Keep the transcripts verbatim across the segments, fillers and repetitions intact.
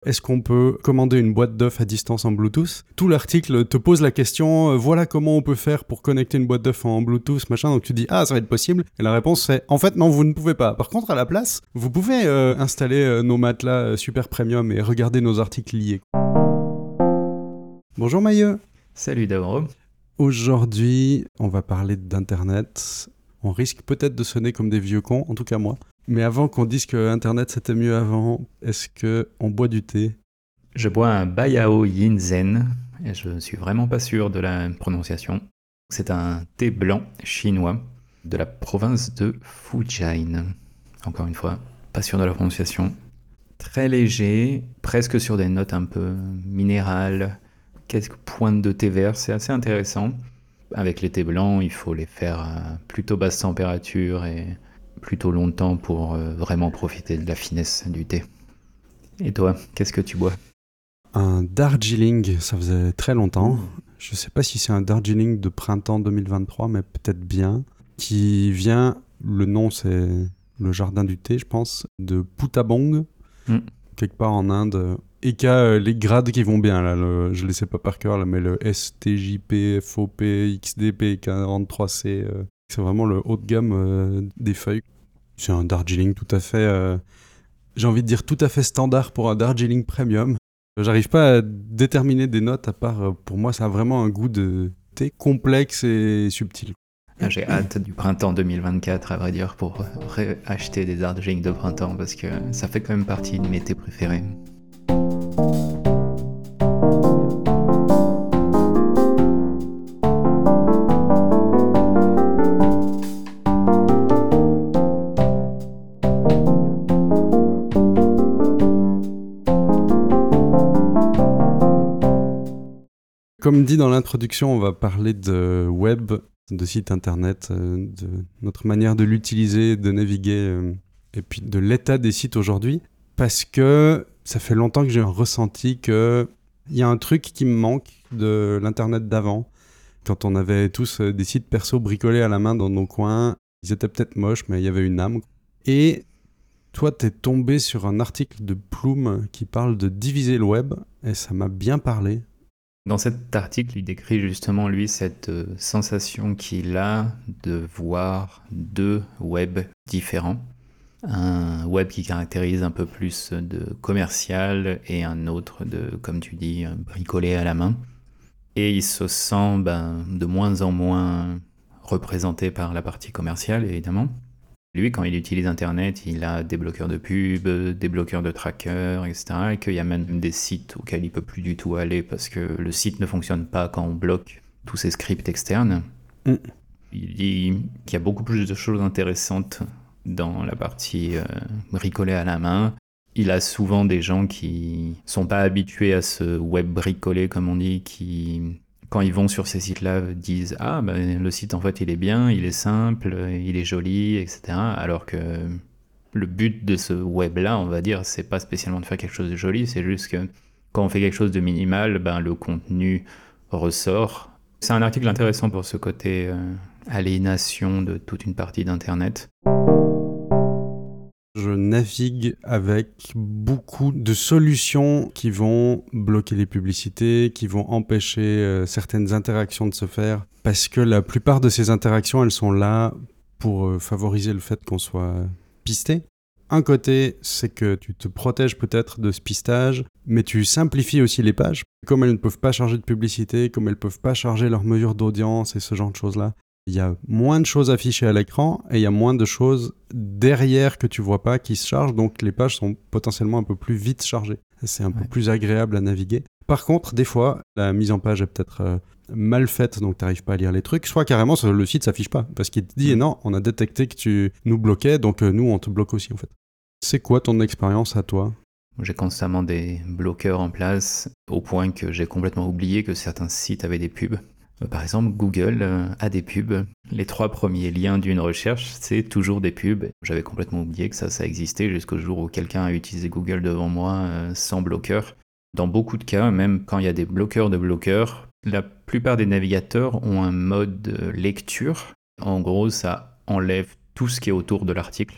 Est-ce qu'on peut commander une boîte d'œufs à distance en Bluetooth ? Tout l'article te pose la question, euh, voilà comment on peut faire pour connecter une boîte d'œufs en Bluetooth, machin. Donc tu dis, ah, ça va être possible. Et la réponse c'est, en fait, non, vous ne pouvez pas. Par contre, à la place, vous pouvez euh, installer euh, nos matelas euh, super premium et regarder nos articles liés. Bonjour Mailleux. Salut Dauro. Aujourd'hui, on va parler d'Internet. On risque peut-être de sonner comme des vieux cons, en tout cas moi. Mais avant qu'on dise que Internet c'était mieux avant, est-ce qu'on boit du thé ? Je bois un Baiyao Yinzen, et je suis vraiment pas sûr de la prononciation. C'est un thé blanc chinois de la province de Fujian. Encore une fois, pas sûr de la prononciation. Très léger, presque sur des notes un peu minérales, quelques pointes de thé vert, c'est assez intéressant. Avec les thés blancs, il faut les faire à plutôt basse température et plutôt longtemps pour euh, vraiment profiter de la finesse du thé. Et toi, qu'est-ce que tu bois ? Un Darjeeling, ça faisait très longtemps. Je sais pas si c'est un Darjeeling de printemps deux mille vingt-trois, mais peut-être bien. Qui vient, le nom c'est le jardin du thé, je pense, de Putabong, mm. quelque part en Inde. Et qui a les grades qui vont bien, là. Le, je ne les sais pas par cœur, là, mais le S T J P, F O P, X D P quarante-trois C, euh, c'est vraiment le haut de gamme euh, des feuilles. C'est un Darjeeling tout à fait, euh, j'ai envie de dire tout à fait standard pour un Darjeeling Premium. J'arrive pas à déterminer des notes à part, pour moi, ça a vraiment un goût de thé complexe et subtil. Ah, j'ai hâte du printemps deux mille vingt-quatre, à vrai dire, pour réacheter des Darjeeling de printemps, parce que ça fait quand même partie de mes thés préférés. Comme dit dans l'introduction, on va parler de web, de site internet, de notre manière de l'utiliser, de naviguer, et puis de l'état des sites aujourd'hui. Parce que ça fait longtemps que j'ai ressenti qu'il y a un truc qui me manque de l'internet d'avant. Quand on avait tous des sites perso bricolés à la main dans nos coins, ils étaient peut-être moches, mais il y avait une âme. Et toi, t'es tombé sur un article de Plume qui parle de diviser le web, et ça m'a bien parlé. Dans cet article, il décrit justement, lui, cette euh, sensation qu'il a de voir deux webs différents. Un web qui caractérise un peu plus de commercial et un autre de, comme tu dis, bricolé à la main. Et il se sent ben, de moins en moins représenté par la partie commerciale, évidemment. Lui, quand il utilise Internet, il a des bloqueurs de pub, des bloqueurs de trackers, et cetera. Et qu'il y a même des sites auxquels il ne peut plus du tout aller parce que le site ne fonctionne pas quand on bloque tous ces scripts externes. Mm. Il dit qu'il y a beaucoup plus de choses intéressantes dans la partie euh, bricolée à la main. Il a souvent des gens qui sont pas habitués à ce web bricolé, comme on dit, qui, quand ils vont sur ces sites-là, disent « Ah, ben, le site, en fait, il est bien, il est simple, il est joli, et cetera » Alors que le but de ce web-là, on va dire, c'est pas spécialement de faire quelque chose de joli, c'est juste que quand on fait quelque chose de minimal, ben, le contenu ressort. C'est un article intéressant pour ce côté euh, aliénation de toute une partie d'Internet. Je navigue avec beaucoup de solutions qui vont bloquer les publicités, qui vont empêcher euh, certaines interactions de se faire, parce que la plupart de ces interactions, elles sont là pour euh, favoriser le fait qu'on soit pisté. Un côté, c'est que tu te protèges peut-être de ce pistage, mais tu simplifies aussi les pages. Comme elles ne peuvent pas charger de publicité, comme elles ne peuvent pas charger leurs mesures d'audience et ce genre de choses-là, il y a moins de choses affichées à l'écran et il y a moins de choses derrière que tu vois pas qui se chargent, donc les pages sont potentiellement un peu plus vite chargées. C'est un ouais. peu plus agréable à naviguer. Par contre, des fois, la mise en page est peut-être euh, mal faite, donc tu n'arrives pas à lire les trucs. Soit carrément, le site s'affiche pas, parce qu'il te dit mmh. « Non, on a détecté que tu nous bloquais, donc euh, nous, on te bloque aussi, en fait. » C'est quoi ton expérience à toi ? J'ai constamment des bloqueurs en place, au point que j'ai complètement oublié que certains sites avaient des pubs. Par exemple, Google a des pubs. Les trois premiers liens d'une recherche, c'est toujours des pubs. J'avais complètement oublié que ça, ça existait jusqu'au jour où quelqu'un a utilisé Google devant moi euh, sans bloqueur. Dans beaucoup de cas, même quand il y a des bloqueurs de bloqueurs, la plupart des navigateurs ont un mode lecture. En gros, ça enlève tout ce qui est autour de l'article.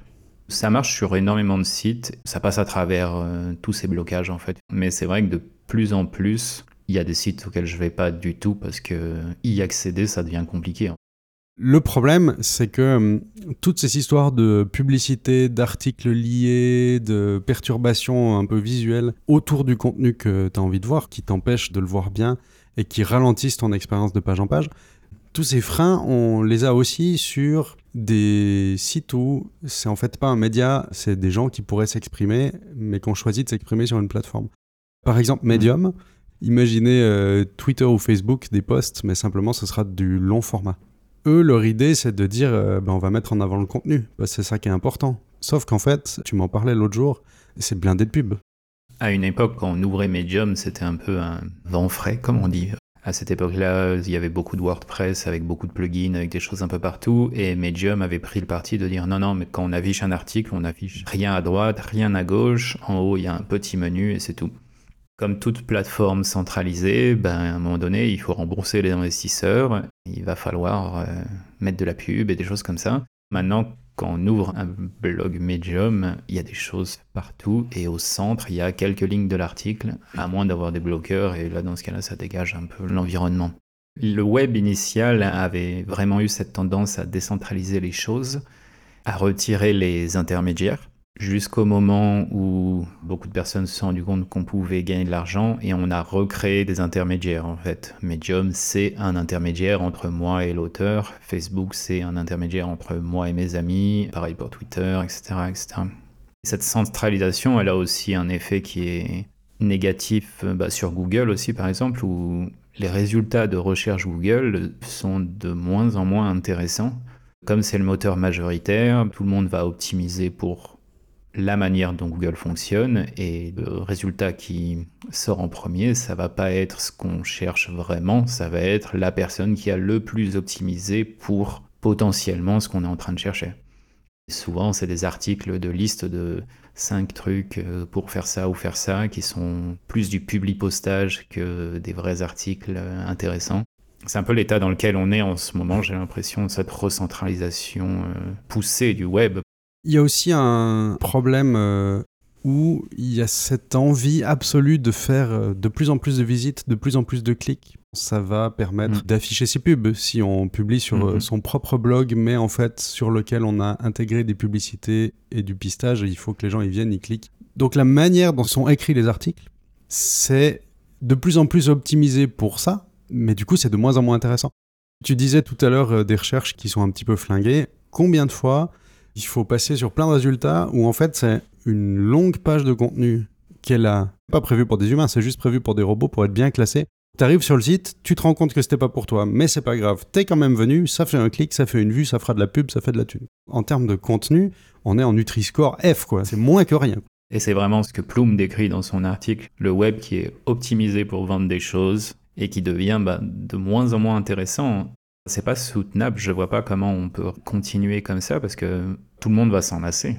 Ça marche sur énormément de sites, ça passe à travers euh, tous ces blocages en fait. Mais c'est vrai que de plus en plus, il y a des sites auxquels je vais pas du tout parce que y accéder, ça devient compliqué. Le problème, c'est que hum, toutes ces histoires de publicité, d'articles liés, de perturbations un peu visuelles autour du contenu que tu as envie de voir, qui t'empêchent de le voir bien et qui ralentissent ton expérience de page en page, tous ces freins, on les a aussi sur des sites où c'est en fait pas un média, c'est des gens qui pourraient s'exprimer, mais qui ont choisi de s'exprimer sur une plateforme. Par exemple, Medium, mmh. imaginez euh, Twitter ou Facebook, des posts, mais simplement ce sera du long format. Eux, leur idée, c'est de dire euh, ben, on va mettre en avant le contenu, parce que c'est ça qui est important. Sauf qu'en fait, tu m'en parlais l'autre jour, c'est blindé de pubs. À une époque, quand on ouvrait Medium, c'était un peu un vent frais, comme on dit. À cette époque-là, il y avait beaucoup de WordPress avec beaucoup de plugins, avec des choses un peu partout, et Medium avait pris le parti de dire non, non, mais quand on affiche un article, on affiche rien à droite, rien à gauche, en haut il y a un petit menu et c'est tout. Comme toute plateforme centralisée, ben, à un moment donné, il faut rembourser les investisseurs, il va falloir euh, mettre de la pub et des choses comme ça. Maintenant, quand on ouvre un blog Medium, il y a des choses partout et au centre, il y a quelques lignes de l'article, à moins d'avoir des bloqueurs, et là, dans ce cas-là, ça dégage un peu l'environnement. Le web initial avait vraiment eu cette tendance à décentraliser les choses, à retirer les intermédiaires, jusqu'au moment où beaucoup de personnes se sont rendues compte qu'on pouvait gagner de l'argent et on a recréé des intermédiaires en fait. Medium, c'est un intermédiaire entre moi et l'auteur. Facebook, c'est un intermédiaire entre moi et mes amis. Pareil pour Twitter, et cetera, et cetera. Cette centralisation, elle a aussi un effet qui est négatif bah, sur Google aussi, par exemple, où les résultats de recherche Google sont de moins en moins intéressants. Comme c'est le moteur majoritaire, tout le monde va optimiser pour la manière dont Google fonctionne, et le résultat qui sort en premier, ça va pas être ce qu'on cherche vraiment, ça va être la personne qui a le plus optimisé pour potentiellement ce qu'on est en train de chercher. Souvent, c'est des articles de liste de cinq trucs pour faire ça ou faire ça, qui sont plus du publipostage que des vrais articles intéressants. C'est un peu l'état dans lequel on est en ce moment, j'ai l'impression, de cette recentralisation poussée du web. Il y a aussi un problème euh, où il y a cette envie absolue de faire euh, de plus en plus de visites, de plus en plus de clics. Ça va permettre mmh. d'afficher ses pubs si on publie sur mmh. euh, son propre blog, mais en fait sur lequel on a intégré des publicités et du pistage, et il faut que les gens y viennent, y cliquent. Donc la manière dont sont écrits les articles, c'est de plus en plus optimisé pour ça, mais du coup c'est de moins en moins intéressant. Tu disais tout à l'heure euh, des recherches qui sont un petit peu flinguées. Combien de fois il faut passer sur plein de résultats où en fait c'est une longue page de contenu qu'elle a pas prévue pour des humains, c'est juste prévu pour des robots pour être bien classé. T'arrives sur le site, tu te rends compte que c'était pas pour toi, mais c'est pas grave, t'es quand même venu, ça fait un clic, ça fait une vue, ça fera de la pub, ça fait de la thune. En termes de contenu, on est en Nutri-Score F quoi, c'est moins que rien. Et c'est vraiment ce que Plum décrit dans son article, le web qui est optimisé pour vendre des choses et qui devient bah, de moins en moins intéressant. C'est pas soutenable, je vois pas comment on peut continuer comme ça parce que tout le monde va s'en lasser.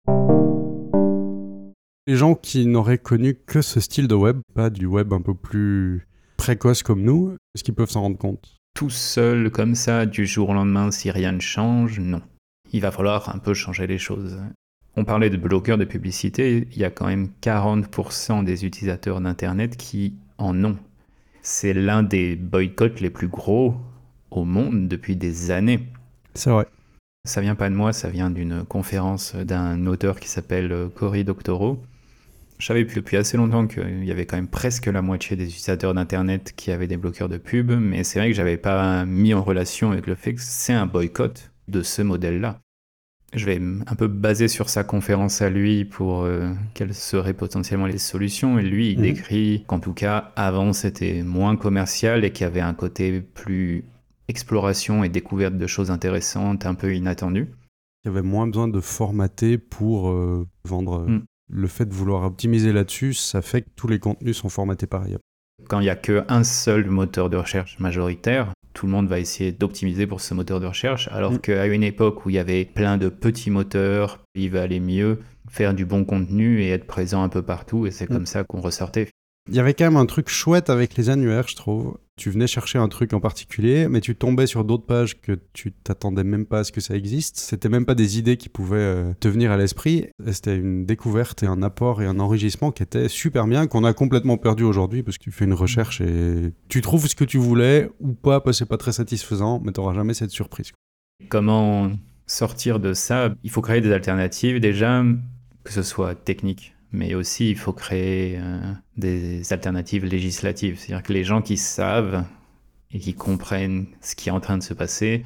Les gens qui n'auraient connu que ce style de web, pas du web un peu plus précoce comme nous, est-ce qu'ils peuvent s'en rendre compte ? Tout seul comme ça, du jour au lendemain, si rien ne change, non. Il va falloir un peu changer les choses. On parlait de bloqueurs de publicité, il y a quand même quarante pour cent des utilisateurs d'Internet qui en ont. C'est l'un des boycotts les plus gros au monde depuis des années. C'est vrai. Ça vient pas de moi, ça vient d'une conférence d'un auteur qui s'appelle Cory Doctorow. Je savais depuis assez longtemps qu'il y avait quand même presque la moitié des utilisateurs d'Internet qui avaient des bloqueurs de pub, mais c'est vrai que j'avais pas mis en relation avec le fait que c'est un boycott de ce modèle-là. Je vais un peu baser sur sa conférence à lui pour euh, quelles seraient potentiellement les solutions. Et lui, il mmh. décrit qu'en tout cas, avant, c'était moins commercial et qu'il y avait un côté plus exploration et découverte de choses intéressantes, un peu inattendues. Il y avait moins besoin de formater pour euh, vendre. Mmh. Le fait de vouloir optimiser là-dessus, ça fait que tous les contenus sont formatés pareil. Quand il n'y a qu'un seul moteur de recherche majoritaire, tout le monde va essayer d'optimiser pour ce moteur de recherche, alors mmh. qu'à une époque où il y avait plein de petits moteurs, il valait mieux faire du bon contenu et être présent un peu partout, et c'est mmh. comme ça qu'on ressortait. Il y avait quand même un truc chouette avec les annuaires, je trouve. Tu venais chercher un truc en particulier, mais tu tombais sur d'autres pages que tu t'attendais même pas à ce que ça existe. C'était même pas des idées qui pouvaient euh, te venir à l'esprit. Et c'était une découverte et un apport et un enrichissement qui était super bien, qu'on a complètement perdu aujourd'hui parce que tu fais une recherche et tu trouves ce que tu voulais ou pas parce que c'est pas très satisfaisant, mais t'auras jamais cette surprise. Comment sortir de ça? Il faut créer des alternatives déjà, que ce soit technique. Mais aussi, il faut créer euh, des alternatives législatives. C'est-à-dire que les gens qui savent et qui comprennent ce qui est en train de se passer,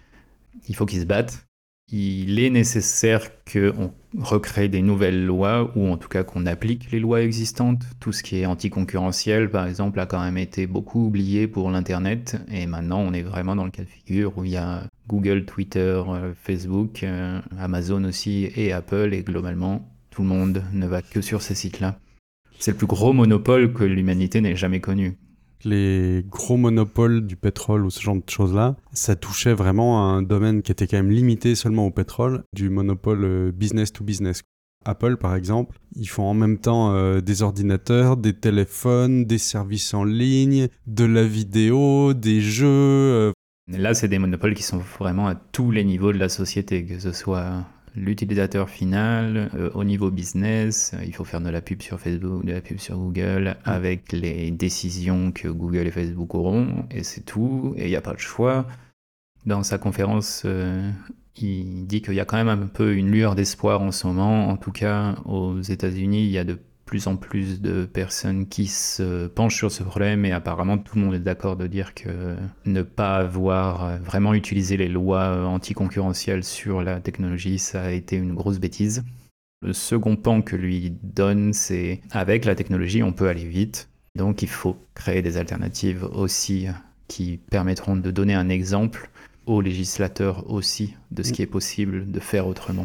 il faut qu'ils se battent. Il est nécessaire qu'on recrée des nouvelles lois, ou en tout cas qu'on applique les lois existantes. Tout ce qui est anticoncurrentiel, par exemple, a quand même été beaucoup oublié pour l'Internet. Et maintenant, on est vraiment dans le cas de figure où il y a Google, Twitter, Facebook, euh, Amazon aussi, et Apple, et globalement, tout le monde ne va que sur ces sites-là. C'est le plus gros monopole que l'humanité n'ait jamais connu. Les gros monopoles du pétrole ou ce genre de choses-là, ça touchait vraiment à un domaine qui était quand même limité seulement au pétrole, du monopole business to business. Apple, par exemple, ils font en même temps euh, des ordinateurs, des téléphones, des services en ligne, de la vidéo, des jeux. Euh... Là, c'est des monopoles qui sont vraiment à tous les niveaux de la société, que ce soit l'utilisateur final, euh, au niveau business, euh, il faut faire de la pub sur Facebook, de la pub sur Google, mmh. avec les décisions que Google et Facebook auront, et c'est tout, et il n'y a pas de choix. Dans sa conférence, euh, il dit qu'il y a quand même un peu une lueur d'espoir en ce moment. En tout cas, aux États-Unis, il y a de plus en plus de personnes qui se penchent sur ce problème, et apparemment tout le monde est d'accord de dire que ne pas avoir vraiment utilisé les lois anticoncurrentielles sur la technologie, ça a été une grosse bêtise. Le second pan que lui donne, c'est avec la technologie, on peut aller vite, donc il faut créer des alternatives aussi qui permettront de donner un exemple aux législateurs aussi de ce qui est possible de faire autrement.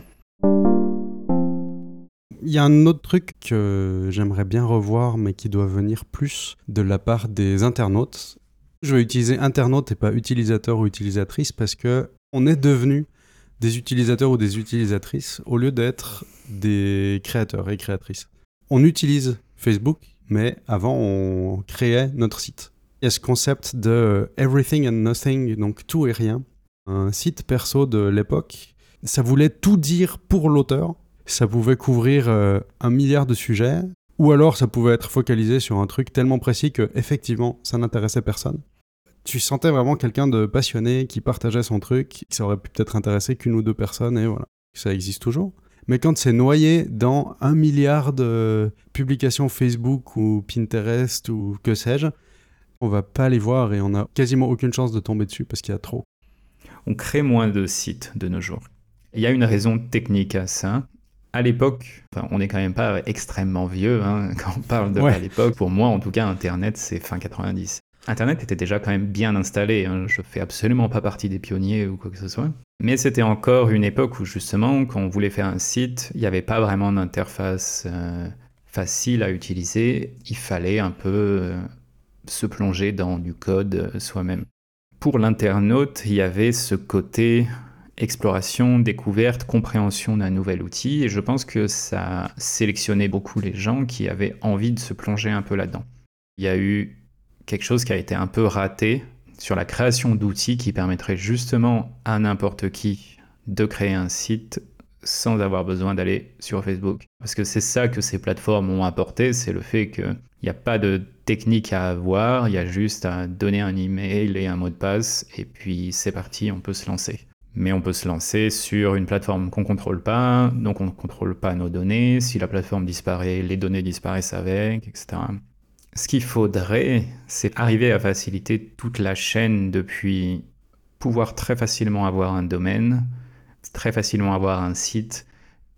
Il y a un autre truc que j'aimerais bien revoir, mais qui doit venir plus de la part des internautes. Je vais utiliser internaute et pas utilisateur ou utilisatrice parce que on est devenu des utilisateurs ou des utilisatrices au lieu d'être des créateurs et créatrices. On utilise Facebook, mais avant on créait notre site. Il y a ce concept de everything and nothing, donc tout et rien. Un site perso de l'époque, ça voulait tout dire pour l'auteur. Ça pouvait couvrir euh, un milliard de sujets, ou alors ça pouvait être focalisé sur un truc tellement précis que effectivement ça n'intéressait personne. Tu sentais vraiment quelqu'un de passionné qui partageait son truc, qui ça aurait pu peut-être intéresser qu'une ou deux personnes, et voilà. Ça existe toujours. Mais quand c'est noyé dans un milliard de publications Facebook ou Pinterest ou que sais-je, on va pas les voir et on n'a quasiment aucune chance de tomber dessus parce qu'il y a trop. On crée moins de sites de nos jours. Il y a une raison technique à ça. À l'époque, enfin, on n'est quand même pas extrêmement vieux hein, quand on parle de ouais. à l'époque. Pour moi, en tout cas, Internet, c'est fin quatre-vingt-dix. Internet était déjà quand même bien installé. Hein. Je fais absolument pas partie des pionniers ou quoi que ce soit. Mais c'était encore une époque où, justement, quand on voulait faire un site, il n'y avait pas vraiment d'interface euh, facile à utiliser. Il fallait un peu euh, se plonger dans du code euh, soi-même. Pour l'internaute, il y avait ce côté exploration, découverte, compréhension d'un nouvel outil, et je pense que ça sélectionnait beaucoup les gens qui avaient envie de se plonger un peu là-dedans. Il y a eu quelque chose qui a été un peu raté sur la création d'outils qui permettrait justement à n'importe qui de créer un site sans avoir besoin d'aller sur Facebook. Parce que c'est ça que ces plateformes ont apporté, c'est le fait qu'il n'y a pas de technique à avoir, il y a juste à donner un email et un mot de passe, et puis c'est parti, on peut se lancer. Mais on peut se lancer sur une plateforme qu'on ne contrôle pas, donc on ne contrôle pas nos données. Si la plateforme disparaît, les données disparaissent avec, et cetera. Ce qu'il faudrait, c'est arriver à faciliter toute la chaîne depuis pouvoir très facilement avoir un domaine, très facilement avoir un site,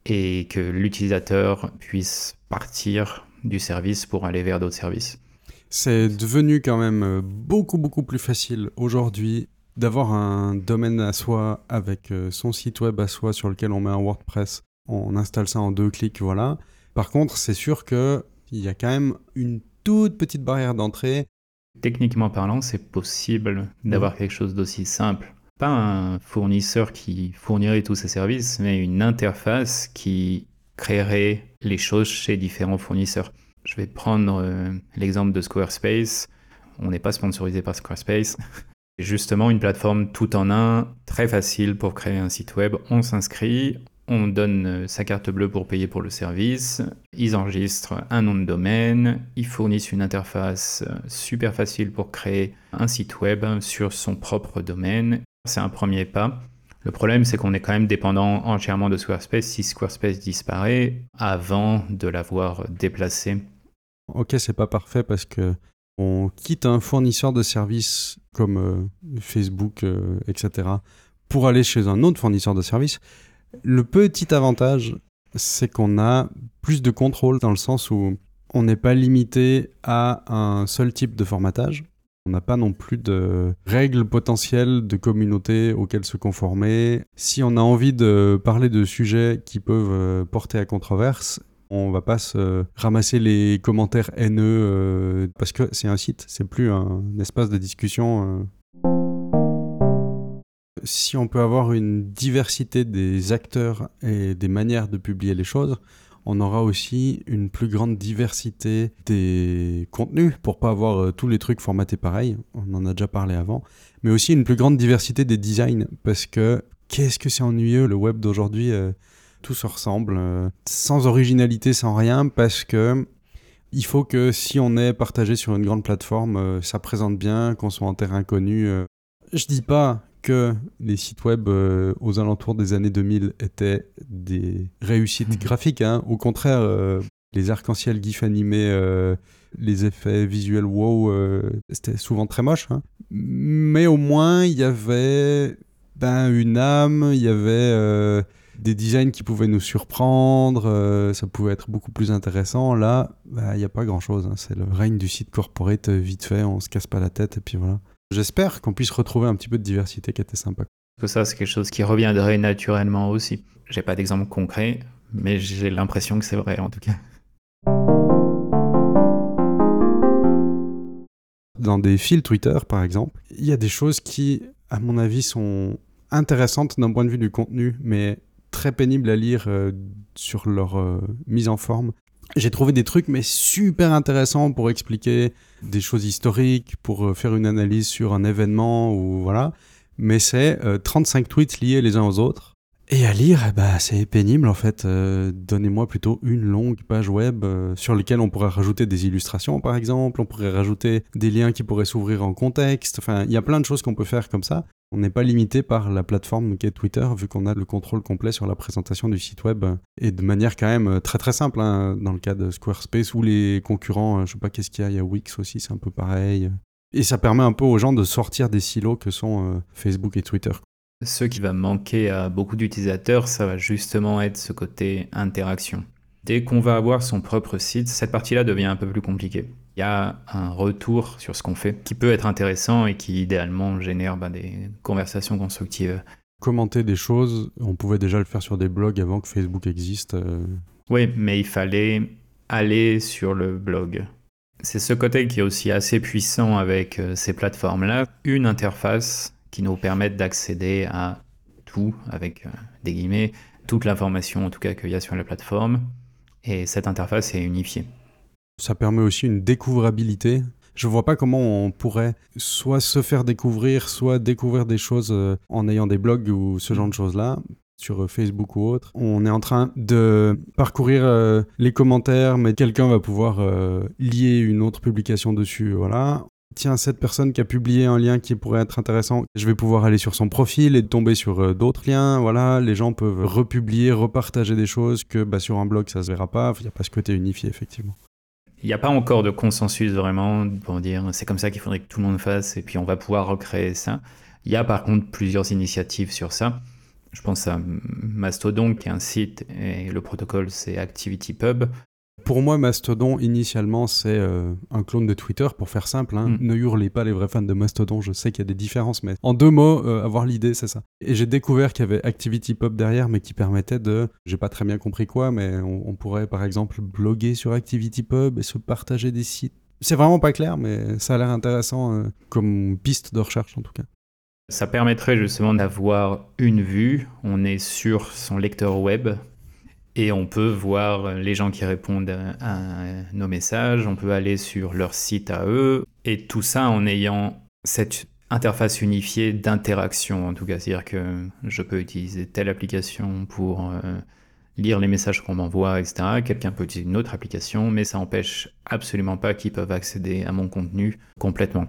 et que l'utilisateur puisse partir du service pour aller vers d'autres services. C'est devenu quand même beaucoup, beaucoup plus facile aujourd'hui d'avoir un domaine à soi avec son site web à soi sur lequel on met un WordPress, on installe ça en deux clics, voilà. Par contre, c'est sûr qu'il y a quand même une toute petite barrière d'entrée. Techniquement parlant, c'est possible d'avoir mmh. quelque chose d'aussi simple. Pas un fournisseur qui fournirait tous ces services, mais une interface qui créerait les choses chez différents fournisseurs. Je vais prendre euh, l'exemple de Squarespace. On n'est pas sponsorisé par Squarespace. C'est justement une plateforme tout en un, très facile pour créer un site web. On s'inscrit, on donne sa carte bleue pour payer pour le service, ils enregistrent un nom de domaine, ils fournissent une interface super facile pour créer un site web sur son propre domaine. C'est un premier pas. Le problème, c'est qu'on est quand même dépendant entièrement de Squarespace si Squarespace disparaît avant de l'avoir déplacé. Ok, c'est pas parfait parce que on quitte un fournisseur de services comme euh, Facebook, euh, et cetera, pour aller chez un autre fournisseur de services. Le petit avantage, c'est qu'on a plus de contrôle dans le sens où on n'est pas limité à un seul type de formatage. On n'a pas non plus de règles potentielles de communauté auxquelles se conformer. Si on a envie de parler de sujets qui peuvent euh, porter à controverse, on va pas se ramasser les commentaires haineux euh, parce que c'est un site, c'est plus un, un espace de discussion. Euh. Si on peut avoir une diversité des acteurs et des manières de publier les choses, on aura aussi une plus grande diversité des contenus pour pas avoir euh, tous les trucs formatés pareil, on en a déjà parlé avant, mais aussi une plus grande diversité des designs parce que qu'est-ce que c'est ennuyeux le web d'aujourd'hui euh, tout se ressemble, euh, sans originalité, sans rien, parce que il faut que si on est partagé sur une grande plateforme, euh, ça présente bien, qu'on soit en terrain connu. Euh. Je dis pas que les sites web euh, aux alentours des années deux mille étaient des réussites graphiques, hein. Au contraire, euh, les arcs-en-ciel gifs animés, euh, les effets visuels wow, euh, c'était souvent très moche, hein. Mais au moins, il y avait ben, une âme, il y avait... Euh, des designs qui pouvaient nous surprendre, euh, ça pouvait être beaucoup plus intéressant. Là, il bah, n'y a pas grand-chose, hein. C'est le règne du site corporate, vite fait, on se casse pas la tête, et puis voilà. J'espère qu'on puisse retrouver un petit peu de diversité qui était sympa. Que ça, c'est quelque chose qui reviendrait naturellement aussi. J'ai pas d'exemple concret, mais j'ai l'impression que c'est vrai, en tout cas. Dans des fils Twitter, par exemple, il y a des choses qui, à mon avis, sont intéressantes d'un point de vue du contenu, mais très pénible à lire euh, sur leur euh, mise en forme. J'ai trouvé des trucs mais super intéressants pour expliquer des choses historiques, pour euh, faire une analyse sur un événement ou voilà. Mais c'est euh, trente-cinq tweets liés les uns aux autres. Et à lire, bah, c'est pénible en fait. Euh, donnez-moi plutôt une longue page web euh, sur laquelle on pourrait rajouter des illustrations par exemple, on pourrait rajouter des liens qui pourraient s'ouvrir en contexte. Enfin, il y a plein de choses qu'on peut faire comme ça. On n'est pas limité par la plateforme qu'est Twitter, vu qu'on a le contrôle complet sur la présentation du site web, et de manière quand même très très simple, hein, dans le cas de Squarespace ou les concurrents, je sais pas qu'est-ce qu'il y a, il y a Wix aussi, c'est un peu pareil. Et ça permet un peu aux gens de sortir des silos que sont euh, Facebook et Twitter. Ce qui va manquer à beaucoup d'utilisateurs, ça va justement être ce côté interaction. Dès qu'on va avoir son propre site, cette partie-là devient un peu plus compliquée. Il y a un retour sur ce qu'on fait qui peut être intéressant et qui idéalement génère bah, des conversations constructives. Commenter des choses, on pouvait déjà le faire sur des blogs avant que Facebook existe. Euh... Oui, mais il fallait aller sur le blog. C'est ce côté qui est aussi assez puissant avec euh, ces plateformes-là. Une interface qui nous permette d'accéder à tout, avec euh, des guillemets, toute l'information en tout cas qu'il y a sur la plateforme. Et cette interface est unifiée. Ça permet aussi une découvrabilité. Je vois pas comment on pourrait soit se faire découvrir, soit découvrir des choses euh, en ayant des blogs ou ce genre de choses-là, sur Facebook ou autre. On est en train de parcourir euh, les commentaires, mais quelqu'un va pouvoir euh, lier une autre publication dessus, voilà. Tiens, cette personne qui a publié un lien qui pourrait être intéressant, je vais pouvoir aller sur son profil et tomber sur euh, d'autres liens, voilà. Les gens peuvent republier, repartager des choses que bah, sur un blog, ça se verra pas. Il n'y a pas ce côté unifié, effectivement. Il n'y a pas encore de consensus vraiment pour dire c'est comme ça qu'il faudrait que tout le monde fasse et puis on va pouvoir recréer ça. Il y a par contre plusieurs initiatives sur ça. Je pense à Mastodon qui est un site et le protocole c'est ActivityPub. Pour moi, Mastodon, initialement, c'est euh, un clone de Twitter, pour faire simple. Hein. Mm. Ne hurlez pas les vrais fans de Mastodon, je sais qu'il y a des différences, mais en deux mots, euh, avoir l'idée, c'est ça. Et j'ai découvert qu'il y avait ActivityPub derrière, mais qui permettait de... J'ai pas très bien compris quoi, mais on, on pourrait, par exemple, bloguer sur ActivityPub et se partager des sites. C'est vraiment pas clair, mais ça a l'air intéressant euh, comme piste de recherche, en tout cas. Ça permettrait justement d'avoir une vue. On est sur son lecteur web. Et on peut voir les gens qui répondent à nos messages, on peut aller sur leur site à eux, et tout ça en ayant cette interface unifiée d'interaction, en tout cas. C'est-à-dire que je peux utiliser telle application pour euh, lire les messages qu'on m'envoie, et cetera. Quelqu'un peut utiliser une autre application, mais ça n'empêche absolument pas qu'ils peuvent accéder à mon contenu complètement.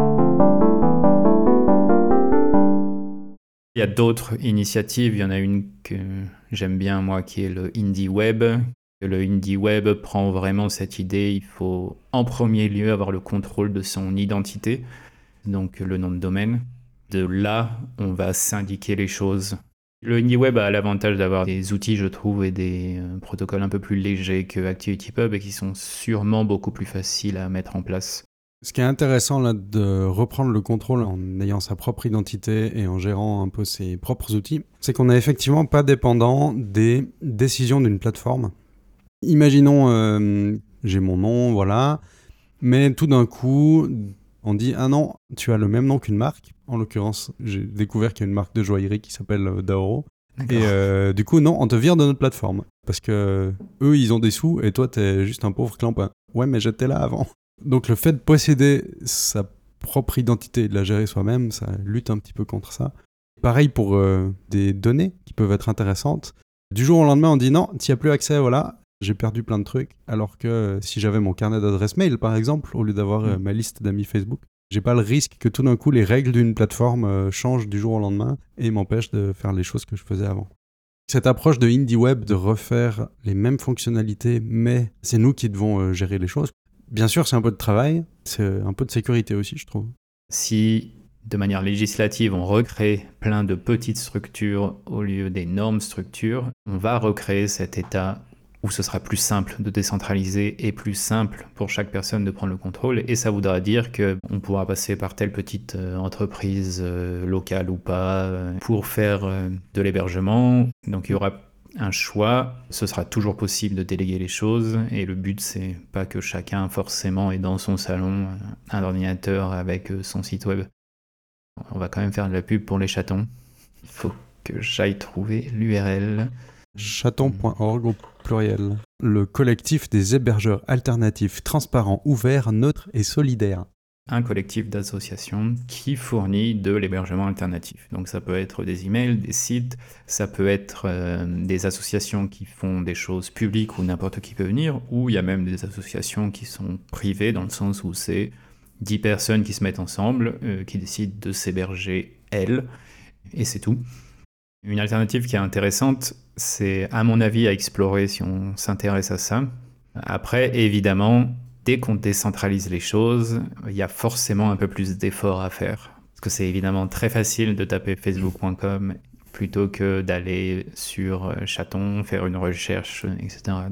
Il y a d'autres initiatives, il y en a une que j'aime bien moi qui est le Indie Web. Le Indie Web prend vraiment cette idée, il faut en premier lieu avoir le contrôle de son identité, donc le nom de domaine. De là, on va syndiquer les choses. Le Indie Web a l'avantage d'avoir des outils, je trouve, et des euh, protocoles un peu plus légers que ActivityPub et qui sont sûrement beaucoup plus faciles à mettre en place. Ce qui est intéressant là, de reprendre le contrôle en ayant sa propre identité et en gérant un peu ses propres outils, c'est qu'on n'est effectivement pas dépendant des décisions d'une plateforme. Imaginons, euh, j'ai mon nom, voilà, mais tout d'un coup, on dit « Ah non, tu as le même nom qu'une marque ». En l'occurrence, j'ai découvert qu'il y a une marque de joaillerie qui s'appelle euh, Daoro. D'accord. Et euh, du coup, non, on te vire de notre plateforme. Parce que eux, ils ont des sous et toi, t'es juste un pauvre clampin. Ouais, mais j'étais là avant. Donc le fait de posséder sa propre identité et de la gérer soi-même, ça lutte un petit peu contre ça. Pareil pour euh, des données qui peuvent être intéressantes. Du jour au lendemain, on dit non, tu n'y as plus accès, voilà, j'ai perdu plein de trucs. Alors que euh, si j'avais mon carnet d'adresse mail, par exemple, au lieu d'avoir euh, ma liste d'amis Facebook, j'ai pas le risque que tout d'un coup les règles d'une plateforme euh, changent du jour au lendemain et m'empêchent de faire les choses que je faisais avant. Cette approche de Indie Web de refaire les mêmes fonctionnalités, mais c'est nous qui devons euh, gérer les choses. Bien sûr, c'est un peu de travail, c'est un peu de sécurité aussi, je trouve. Si, de manière législative, on recrée plein de petites structures au lieu d'énormes structures, on va recréer cet état où ce sera plus simple de décentraliser et plus simple pour chaque personne de prendre le contrôle. Et ça voudra dire qu'on pourra passer par telle petite euh, entreprise euh, locale ou pas euh, pour faire euh, de l'hébergement. Donc il y aura un choix, ce sera toujours possible de déléguer les choses et le but c'est pas que chacun forcément ait dans son salon un ordinateur avec son site web. On va quand même faire de la pub pour les chatons. Il faut que j'aille trouver l'U R L. chaton point org au pluriel. Le collectif des hébergeurs alternatifs, transparents, ouverts, neutres et solidaires. Un collectif d'associations qui fournit de l'hébergement alternatif. Donc ça peut être des emails, des sites, ça peut être euh, des associations qui font des choses publiques où n'importe qui peut venir, ou il y a même des associations qui sont privées dans le sens où c'est dix personnes qui se mettent ensemble, euh, qui décident de s'héberger elles, et c'est tout. Une alternative qui est intéressante, c'est à mon avis à explorer si on s'intéresse à ça. Après, évidemment, dès qu'on décentralise les choses, il y a forcément un peu plus d'efforts à faire. Parce que c'est évidemment très facile de taper facebook point com plutôt que d'aller sur Chaton, faire une recherche, et cetera.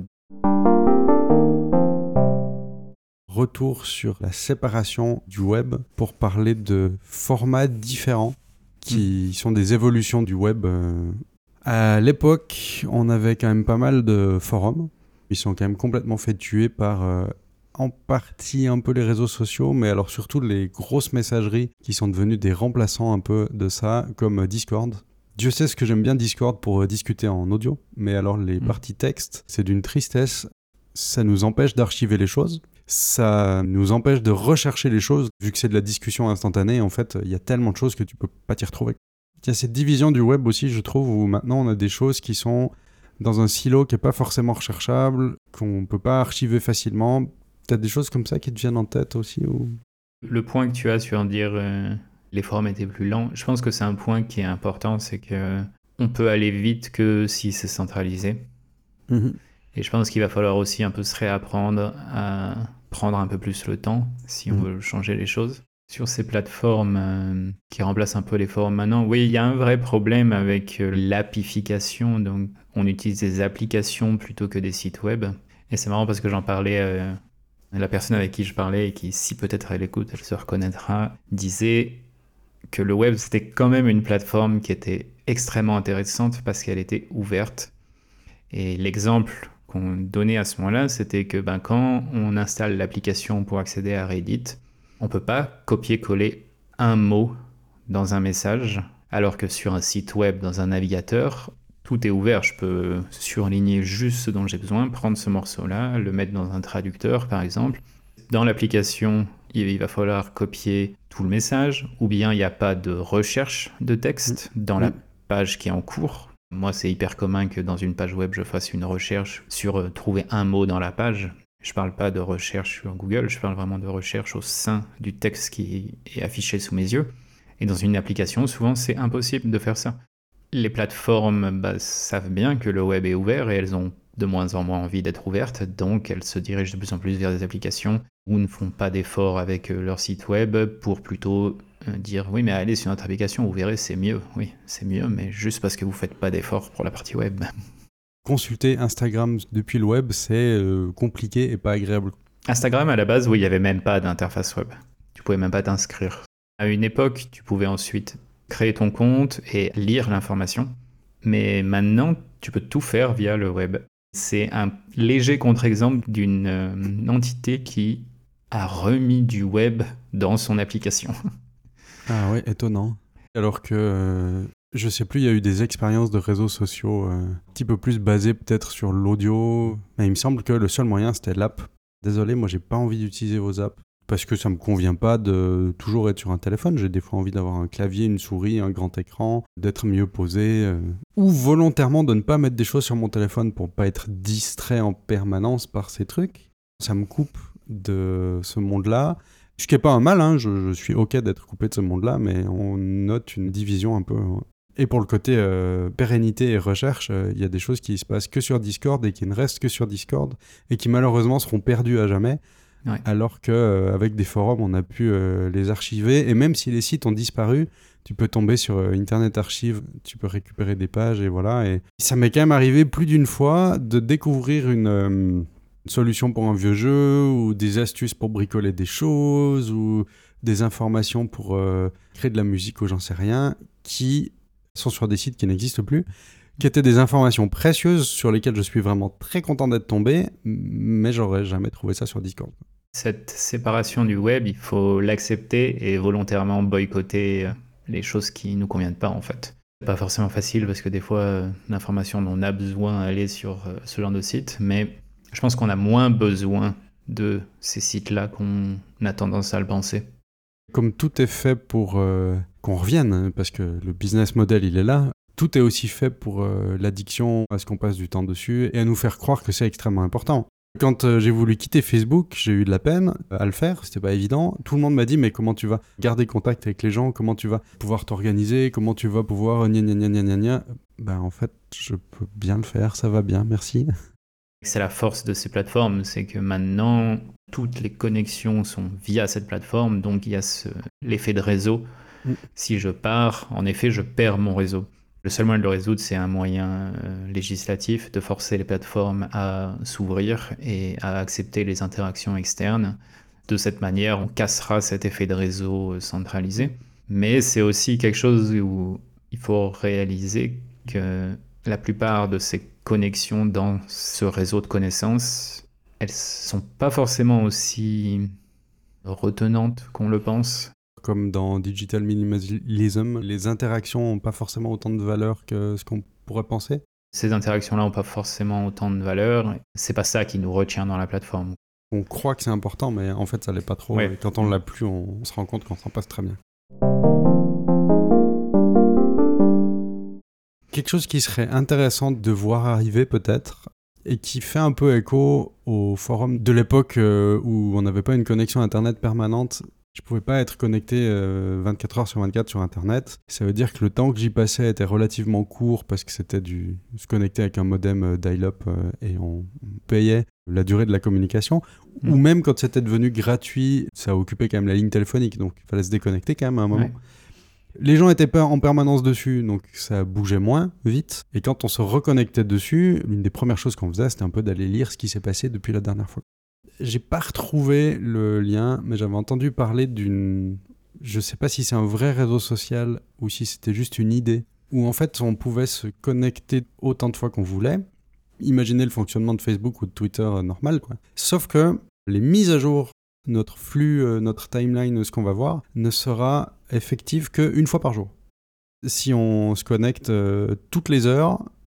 Retour sur la séparation du web pour parler de formats différents qui sont des évolutions du web. À l'époque, on avait quand même pas mal de forums. Ils sont quand même complètement fait tuer par... Euh, en partie un peu les réseaux sociaux, mais alors surtout les grosses messageries qui sont devenues des remplaçants un peu de ça, comme Discord. Dieu sait ce que j'aime bien Discord pour discuter en audio, mais alors les mmh. parties texte, c'est d'une tristesse. Ça nous empêche d'archiver les choses, ça nous empêche de rechercher les choses, vu que c'est de la discussion instantanée, en fait, il y a tellement de choses que tu peux pas t'y retrouver. Il y a cette division du web aussi, je trouve, où maintenant on a des choses qui sont dans un silo qui est pas forcément recherchable, qu'on peut pas archiver facilement. T'as des choses comme ça qui te viennent en tête aussi ou... Le point que tu as sur dire euh, les forums étaient plus lents, je pense que c'est un point qui est important, c'est que on peut aller vite que si c'est centralisé. Mmh. Et je pense qu'il va falloir aussi un peu se réapprendre à prendre un peu plus le temps si on mmh. veut changer les choses. Sur ces plateformes euh, qui remplacent un peu les forums maintenant, oui, il y a un vrai problème avec euh, l'appification. Donc, on utilise des applications plutôt que des sites web. Et c'est marrant parce que j'en parlais... Euh, La personne avec qui je parlais et qui, si peut-être elle écoute, elle se reconnaîtra, disait que le web, c'était quand même une plateforme qui était extrêmement intéressante parce qu'elle était ouverte. Et l'exemple qu'on donnait à ce moment-là, c'était que ben, quand on installe l'application pour accéder à Reddit, on ne peut pas copier-coller un mot dans un message, alors que sur un site web, dans un navigateur, Tout est ouvert, je peux surligner juste ce dont j'ai besoin, prendre ce morceau-là, le mettre dans un traducteur par exemple. Dans l'application, il va falloir copier tout le message, ou bien il n'y a pas de recherche de texte dans la page qui est en cours. Moi, c'est hyper commun que dans une page web, je fasse une recherche sur euh, trouver un mot dans la page. Je ne parle pas de recherche sur Google, je parle vraiment de recherche au sein du texte qui est affiché sous mes yeux. Et dans une application, souvent, c'est impossible de faire ça. Les plateformes bah, savent bien que le web est ouvert et elles ont de moins en moins envie d'être ouvertes, donc elles se dirigent de plus en plus vers des applications ou ne font pas d'efforts avec leur site web pour plutôt euh, dire « oui, mais allez sur notre application, vous verrez, c'est mieux ». Oui, c'est mieux, mais juste parce que vous ne faites pas d'efforts pour la partie web. Consulter Instagram depuis le web, c'est euh, compliqué et pas agréable. Instagram, à la base, oui, il n'y avait même pas d'interface web. Tu pouvais même pas t'inscrire. À une époque, tu pouvais ensuite créer ton compte et lire l'information. Mais maintenant, tu peux tout faire via le web. C'est un léger contre-exemple d'une euh, entité qui a remis du web dans son application. Ah ouais, étonnant. Alors que, euh, je sais plus, il y a eu des expériences de réseaux sociaux euh, un petit peu plus basées peut-être sur l'audio. Mais il me semble que le seul moyen, c'était l'app. Désolé, moi, j'ai pas envie d'utiliser vos apps. Parce que ça me convient pas de toujours être sur un téléphone. J'ai des fois envie d'avoir un clavier, une souris, un grand écran, d'être mieux posé. Euh, ou volontairement de ne pas mettre des choses sur mon téléphone pour pas être distrait en permanence par ces trucs. Ça me coupe de ce monde-là. Ce qui n'est pas un mal, hein. je, je suis ok d'être coupé de ce monde-là, mais on note une division un peu. Et pour le côté euh, pérennité et recherche, il euh, y a des choses qui se passent que sur Discord et qui ne restent que sur Discord et qui malheureusement seront perdues à jamais. Ouais. Alors qu'avec euh, des forums, on a pu euh, les archiver. Et même si les sites ont disparu, tu peux tomber sur euh, Internet Archive, tu peux récupérer des pages et voilà. Et ça m'est quand même arrivé plus d'une fois de découvrir une, euh, une solution pour un vieux jeu ou des astuces pour bricoler des choses ou des informations pour euh, créer de la musique ou j'en sais rien, qui sont sur des sites qui n'existent plus, qui étaient des informations précieuses sur lesquelles je suis vraiment très content d'être tombé, mais j'aurais jamais trouvé ça sur Discord. Cette séparation du web, il faut l'accepter et volontairement boycotter les choses qui ne nous conviennent pas en fait. C'est pas forcément facile parce que des fois l'information dont on a besoin elle est sur ce genre de site, mais je pense qu'on a moins besoin de ces sites-là qu'on a tendance à le penser. Comme tout est fait pour euh, qu'on revienne, parce que le business model il est là, tout est aussi fait pour euh, l'addiction, à ce qu'on passe du temps dessus et à nous faire croire que c'est extrêmement important. Quand euh, j'ai voulu quitter Facebook, j'ai eu de la peine à le faire, c'était pas évident. Tout le monde m'a dit mais comment tu vas garder contact avec les gens, comment tu vas pouvoir t'organiser, comment tu vas pouvoir gna gna gna gna gna gna. Ben en fait, je peux bien le faire, ça va bien, merci. C'est la force de ces plateformes, c'est que maintenant toutes les connexions sont via cette plateforme, donc il y a ce, l'effet de réseau. Mm. Si je pars, en effet, je perds mon réseau. Le seul moyen de le résoudre, c'est un moyen euh, législatif de forcer les plateformes à s'ouvrir et à accepter les interactions externes. De cette manière, on cassera cet effet de réseau centralisé. Mais c'est aussi quelque chose où il faut réaliser que la plupart de ces connexions dans ce réseau de connaissances, elles ne sont pas forcément aussi retenantes qu'on le pense. Comme dans Digital Minimalism, les interactions n'ont pas forcément autant de valeur que ce qu'on pourrait penser. Ces interactions-là n'ont pas forcément autant de valeur. C'est pas ça qui nous retient dans la plateforme. On croit que c'est important, mais en fait, ça l'est pas trop. Ouais. Et quand on l'a plus, on se rend compte qu'on s'en passe très bien. Quelque chose qui serait intéressant de voir arriver peut-être, et qui fait un peu écho au forum de l'époque où on n'avait pas une connexion Internet permanente. Je pouvais pas être connecté euh, vingt-quatre heures sur vingt-quatre sur Internet. Ça veut dire que le temps que j'y passais était relativement court parce que c'était du se connecter avec un modem euh, dial-up euh, et on, on payait la durée de la communication. Mmh. Ou même quand c'était devenu gratuit, ça occupait quand même la ligne téléphonique, donc il fallait se déconnecter quand même à un moment. Ouais. Les gens étaient pas en permanence dessus, donc ça bougeait moins vite. Et quand on se reconnectait dessus, l'une des premières choses qu'on faisait, c'était un peu d'aller lire ce qui s'est passé depuis la dernière fois. J'ai pas retrouvé le lien, mais j'avais entendu parler d'une... Je sais pas si c'est un vrai réseau social ou si c'était juste une idée, où en fait on pouvait se connecter autant de fois qu'on voulait. Imaginez le fonctionnement de Facebook ou de Twitter normal, quoi. Sauf que les mises à jour, notre flux, notre timeline, ce qu'on va voir, ne sera effective qu'une fois par jour. Si on se connecte euh, toutes les heures,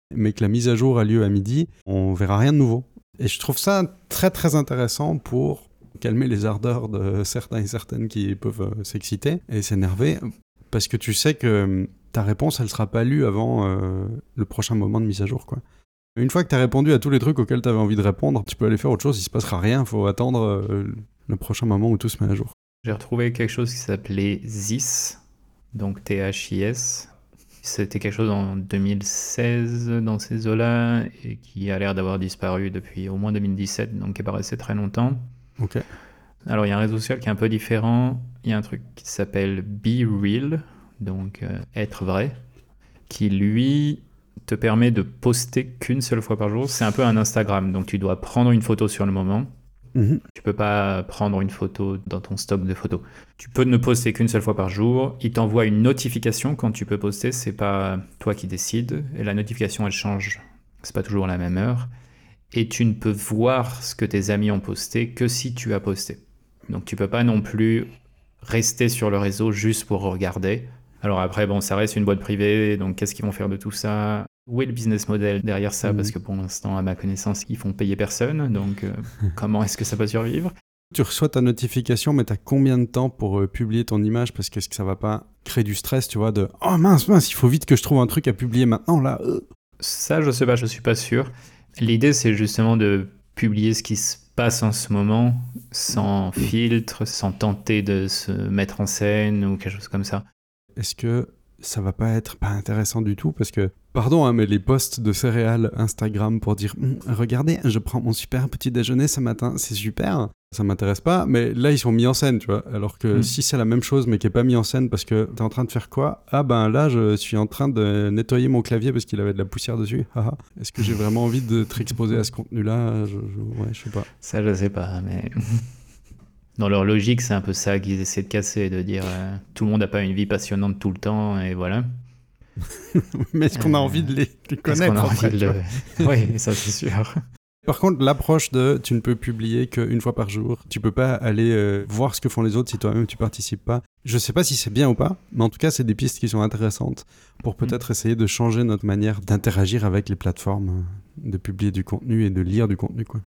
mais que la mise à jour a lieu à midi, on verra rien de nouveau. Et je trouve ça très très intéressant pour calmer les ardeurs de certains et certaines qui peuvent euh, s'exciter et s'énerver, parce que tu sais que ta réponse, elle sera pas lue avant euh, le prochain moment de mise à jour, quoi. Une fois que tu as répondu à tous les trucs auxquels tu avais envie de répondre, tu peux aller faire autre chose, il se passera rien, il faut attendre euh, le prochain moment où tout se met à jour. J'ai retrouvé quelque chose qui s'appelait Zis, donc T H I S. C'était quelque chose en deux mille seize dans ces eaux-là et qui a l'air d'avoir disparu depuis au moins deux mille dix-sept, donc qui est pas resté très longtemps. Ok. Alors il y a un réseau social qui est un peu différent. Il y a un truc qui s'appelle Be Real, donc euh, être vrai, qui lui te permet de poster qu'une seule fois par jour. C'est un peu un Instagram, donc tu dois prendre une photo sur le moment. Mmh. Tu peux pas prendre une photo dans ton stock de photos. Tu peux ne poster qu'une seule fois par jour. Il t'envoie une notification quand tu peux poster. C'est pas toi qui décides. Et la notification, elle change. C'est pas toujours à la même heure. Et tu ne peux voir ce que tes amis ont posté que si tu as posté. Donc tu peux pas non plus rester sur le réseau juste pour regarder. Alors après, bon, ça reste une boîte privée. Donc qu'est-ce qu'ils vont faire de tout ça ? Où est le business model derrière ça ? Parce que pour l'instant, à ma connaissance, ils font payer personne. Donc, euh, comment est-ce que ça peut survivre ? Tu reçois ta notification, mais t'as combien de temps pour euh, publier ton image ? Parce que est-ce que ça va pas créer du stress, tu vois, de « Oh mince, mince, il faut vite que je trouve un truc à publier maintenant, là euh. !» Ça, je sais pas, je suis pas sûr. L'idée, c'est justement de publier ce qui se passe en ce moment, sans filtre, sans tenter de se mettre en scène ou quelque chose comme ça. Est-ce que ça va pas être pas intéressant du tout ? Parce que, pardon, hein, mais les posts de céréales Instagram pour dire hm, « Regardez, je prends mon super petit déjeuner ce matin, c'est super !» Ça m'intéresse pas, mais là, ils sont mis en scène, tu vois. Alors que mmh. si c'est la même chose, mais qui est pas mis en scène parce que t'es en train de faire quoi ? Ah ben là, je suis en train de nettoyer mon clavier parce qu'il avait de la poussière dessus. Est-ce que j'ai vraiment envie de te exposer à ce contenu-là ? je, je, Ouais, je sais pas. Ça, je sais pas, mais... Dans leur logique, c'est un peu ça qu'ils essaient de casser, de dire euh, tout le monde n'a pas une vie passionnante tout le temps, et voilà. Mais est-ce qu'on a euh, envie de les, les connaître ? Est-ce qu'on a envie fait, de le... Oui, ça c'est sûr. Par contre, l'approche de tu ne peux publier qu'une fois par jour, tu peux pas aller euh, voir ce que font les autres si toi-même tu participes pas. Je sais pas si c'est bien ou pas, mais en tout cas, c'est des pistes qui sont intéressantes pour peut-être mmh. essayer de changer notre manière d'interagir avec les plateformes, de publier du contenu et de lire du contenu, quoi.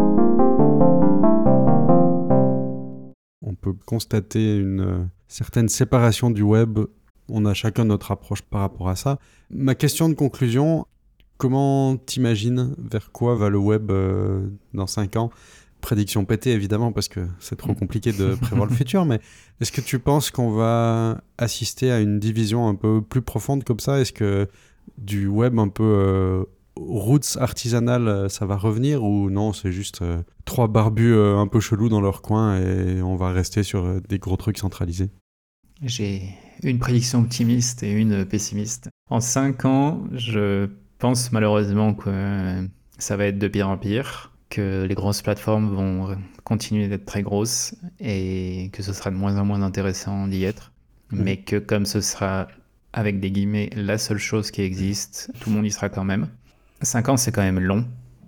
On peut constater une euh, certaine séparation du web. On a chacun notre approche par rapport à ça. Ma question de conclusion, comment t'imagines vers quoi va le web euh, dans cinq ans ? Prédiction pétée, évidemment, parce que c'est trop compliqué de prévoir le futur, mais est-ce que tu penses qu'on va assister à une division un peu plus profonde comme ça ? Est-ce que du web un peu... Euh, roots artisanal, ça va revenir ou non, c'est juste euh, trois barbus euh, un peu chelous dans leur coin et on va rester sur euh, des gros trucs centralisés ? J'ai une prédiction optimiste et une pessimiste. En cinq ans, je pense malheureusement que ça va être de pire en pire, que les grosses plateformes vont continuer d'être très grosses et que ce sera de moins en moins intéressant d'y être, mmh. mais que comme ce sera, avec des guillemets, la seule chose qui existe, tout le monde y sera quand même. cinq ans, c'est quand même long.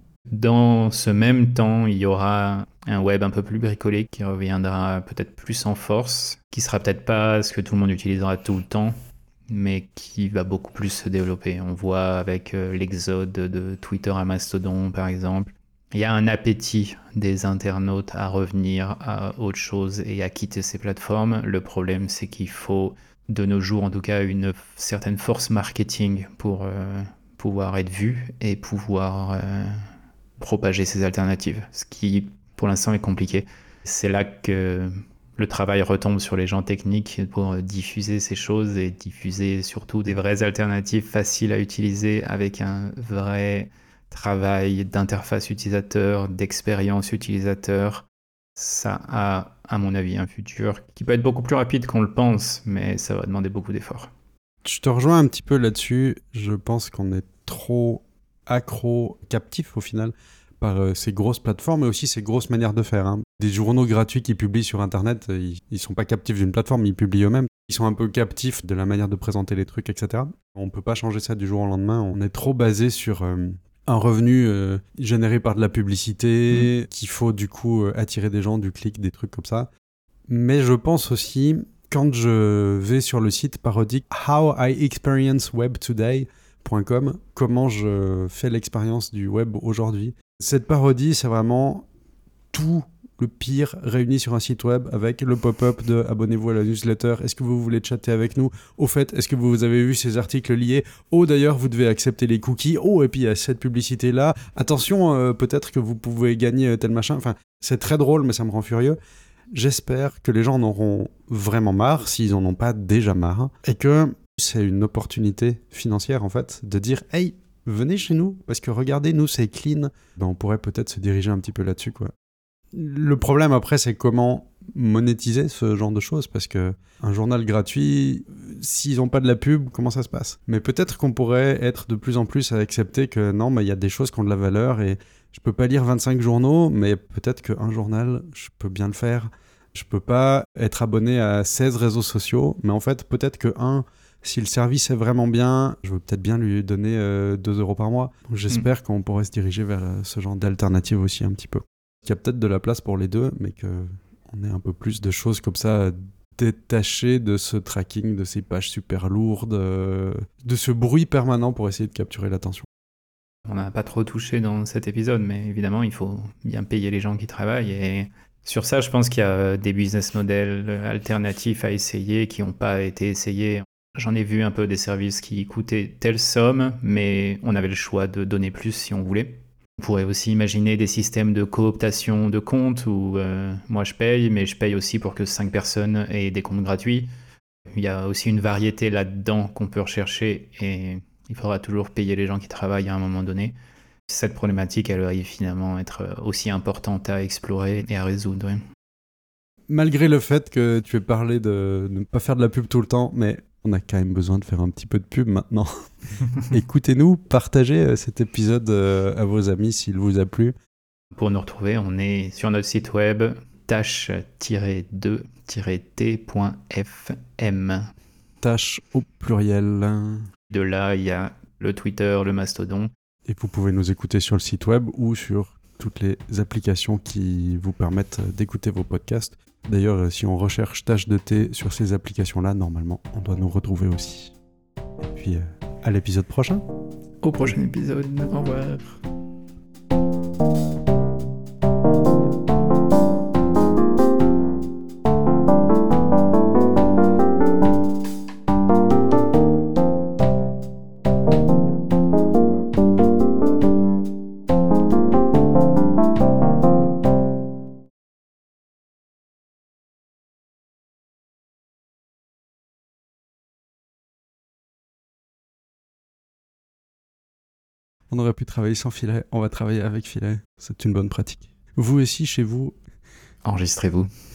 Dans ce même temps, il y aura un web un peu plus bricolé qui reviendra peut-être plus en force, qui sera peut-être pas ce que tout le monde utilisera tout le temps, mais qui va beaucoup plus se développer. On voit avec euh, l'exode de Twitter à Mastodon, par exemple. Il y a un appétit des internautes à revenir à autre chose et à quitter ces plateformes. Le problème, c'est qu'il faut, de nos jours en tout cas, une certaine force marketing pour... Euh, pouvoir être vu et pouvoir euh, propager ces alternatives, ce qui pour l'instant est compliqué. C'est là que le travail retombe sur les gens techniques pour diffuser ces choses et diffuser surtout des vraies alternatives faciles à utiliser avec un vrai travail d'interface utilisateur, d'expérience utilisateur. Ça a, à mon avis, un futur qui peut être beaucoup plus rapide qu'on le pense, mais ça va demander beaucoup d'efforts. Je te rejoins un petit peu là-dessus. Je pense qu'on est trop accro, captif au final, par euh, ces grosses plateformes, mais aussi ces grosses manières de faire. Hein. Des journaux gratuits qui publient sur Internet, ils ne sont pas captifs d'une plateforme, ils publient eux-mêmes. Ils sont un peu captifs de la manière de présenter les trucs, et cetera. On ne peut pas changer ça du jour au lendemain. On est trop basé sur euh, un revenu euh, généré par de la publicité, mmh. qu'il faut du coup euh, attirer des gens, du clic, des trucs comme ça. Mais je pense aussi... Quand je vais sur le site parodique How I Experience Web Today, point com, comment je fais l'expérience du web aujourd'hui. Cette parodie, c'est vraiment tout le pire réuni sur un site web avec le pop-up de abonnez-vous à la newsletter, est-ce que vous voulez chatter avec nous, au fait, est-ce que vous avez vu ces articles liés, oh d'ailleurs vous devez accepter les cookies, oh et puis il y a cette publicité là, attention euh, peut-être que vous pouvez gagner tel machin, enfin c'est très drôle mais ça me rend furieux. J'espère que les gens en auront vraiment marre, s'ils en ont pas déjà marre, et que c'est une opportunité financière en fait, de dire hey, venez chez nous, parce que regardez, nous c'est clean, ben, on pourrait peut-être se diriger un petit peu là-dessus quoi. Le problème après, c'est comment monétiser ce genre de choses, parce que un journal gratuit, s'ils n'ont pas de la pub, comment ça se passe ? Mais peut-être qu'on pourrait être de plus en plus à accepter que non, mais il y a des choses qui ont de la valeur et je peux pas lire vingt-cinq journaux, mais peut-être qu'un journal, je peux bien le faire. Je peux pas être abonné à seize réseaux sociaux, mais en fait, peut-être que un, si le service est vraiment bien, je veux peut-être bien lui donner euh, deux euros par mois. Donc, j'espère mmh. qu'on pourrait se diriger vers ce genre d'alternative aussi un petit peu. Il y a peut-être de la place pour les deux, mais qu'on ait un peu plus de choses comme ça détachées de ce tracking, de ces pages super lourdes, de ce bruit permanent pour essayer de capturer l'attention. On n'a pas trop touché dans cet épisode, mais évidemment, il faut bien payer les gens qui travaillent. Et sur ça, je pense qu'il y a des business models alternatifs à essayer qui n'ont pas été essayés. J'en ai vu un peu des services qui coûtaient telle somme, mais on avait le choix de donner plus si on voulait. On pourrait aussi imaginer des systèmes de cooptation de comptes où euh, moi je paye, mais je paye aussi pour que cinq personnes aient des comptes gratuits. Il y a aussi une variété là-dedans qu'on peut rechercher et il faudra toujours payer les gens qui travaillent à un moment donné. Cette problématique, elle va finalement être aussi importante à explorer et à résoudre. Malgré le fait que tu aies parlé de ne pas faire de la pub tout le temps, mais on a quand même besoin de faire un petit peu de pub maintenant. Écoutez-nous, partagez cet épisode à vos amis s'il vous a plu. Pour nous retrouver, on est sur notre site web tâche tiret deux tiret t point f m. Tâche au pluriel. De là, il y a le Twitter, le Mastodon. Et vous pouvez nous écouter sur le site web ou sur toutes les applications qui vous permettent d'écouter vos podcasts. D'ailleurs, si on recherche Tâche de thé sur ces applications-là, normalement, on doit nous retrouver aussi. Et puis, euh, à l'épisode prochain. Au prochain épisode. Au revoir. On aurait pu travailler sans filet, on va travailler avec filet. C'est une bonne pratique. Vous aussi, chez vous, enregistrez-vous.